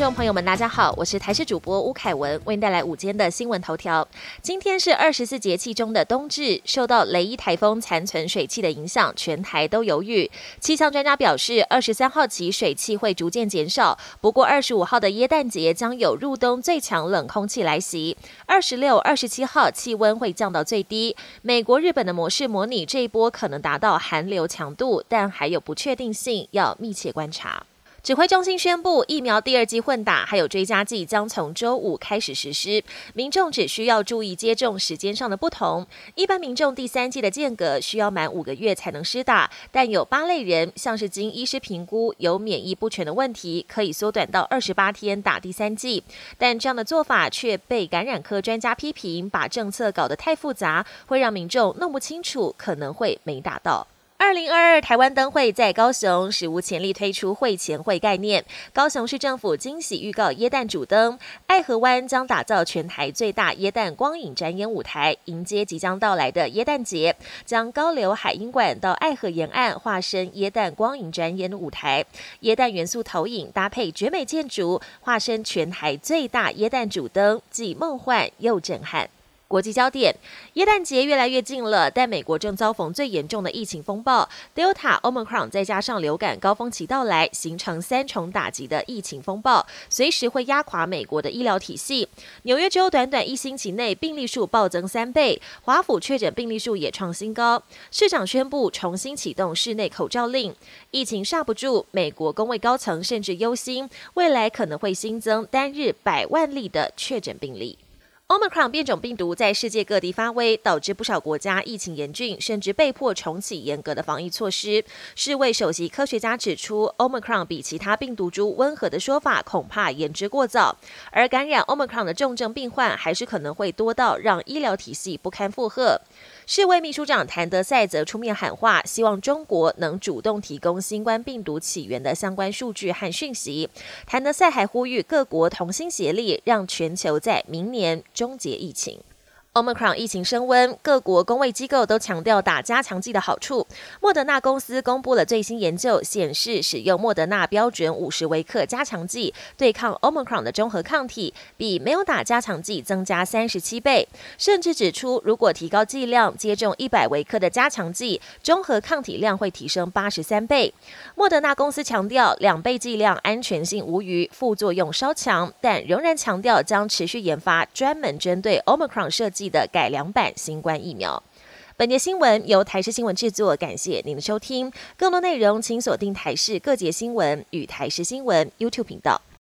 众朋友们，大家好，我是台视主播吴凯文，为您带来午间的新闻头条。今天是24节气中的冬至，受到雷伊台风残存水汽的影响，全台都有雨。气象专家表示，23号起水汽会逐渐减少，不过25号的耶诞节将有入冬最强冷空气来袭。26、27号气温会降到最低。美国、日本的模式模拟这一波可能达到寒流强度，但还有不确定性，要密切观察。指挥中心宣布，疫苗第二剂混打还有追加剂将从周五开始实施，民众只需要注意接种时间上的不同。一般民众第三剂的间隔需要满5个月才能施打，但有8类人，像是经医师评估有免疫不全的问题，可以缩短到28天打第三剂。但这样的做法却被感染科专家批评，把政策搞得太复杂，会让民众弄不清楚，可能会没打到。2022台湾灯会在高雄史无前例推出会前会概念，高雄市政府惊喜预告耶诞主灯，爱河湾将打造全台最大耶诞光影展演舞台，迎接即将到来的耶诞节，将高流海音馆到爱河沿岸化身耶诞光影展演舞台，耶诞元素投影搭配绝美建筑，化身全台最大耶诞主灯，既梦幻又震撼。国际焦点，耶诞节越来越近了，但美国正遭逢最严重的疫情风暴 ，Delta、Omicron 再加上流感高峰期到来，形成3重打击的疫情风暴，随时会压垮美国的医疗体系。纽约州短1星期内病例数暴增3倍，华府确诊病例数也创新高。市长宣布重新启动室内口罩令，疫情刹不住，美国公卫高层甚至忧心，未来可能会新增单日100万例的确诊病例。Omicron 变种病毒在世界各地发威，导致不少国家疫情严峻，甚至被迫重启严格的防疫措施。世卫首席科学家指出 ，Omicron 比其他病毒株温和的说法恐怕言之过早，而感染 Omicron 的重症病患还是可能会多到让医疗体系不堪负荷。世卫秘书长谭德赛则出面喊话，希望中国能主动提供新冠病毒起源的相关数据和讯息。谭德赛还呼吁各国同心协力，让全球在明年终结疫情。Omicron 疫情升温，各国公卫机构都强调打加强剂的好处。莫德纳公司公布了最新研究，显示使用莫德纳标准50微克加强剂对抗 Omicron 的中和抗体，比没有打加强剂增加37倍。甚至指出，如果提高剂量，接种100微克的加强剂，中和抗体量会提升83倍。莫德纳公司强调，2倍剂量安全性无虞，副作用稍强，但仍然强调将持续研发专门针对 Omicron 设计的改良版新冠疫苗。本节新闻由台视新闻制作，感谢您的收听。更多内容请锁定台视各节新闻与台视新闻 YouTube 频道。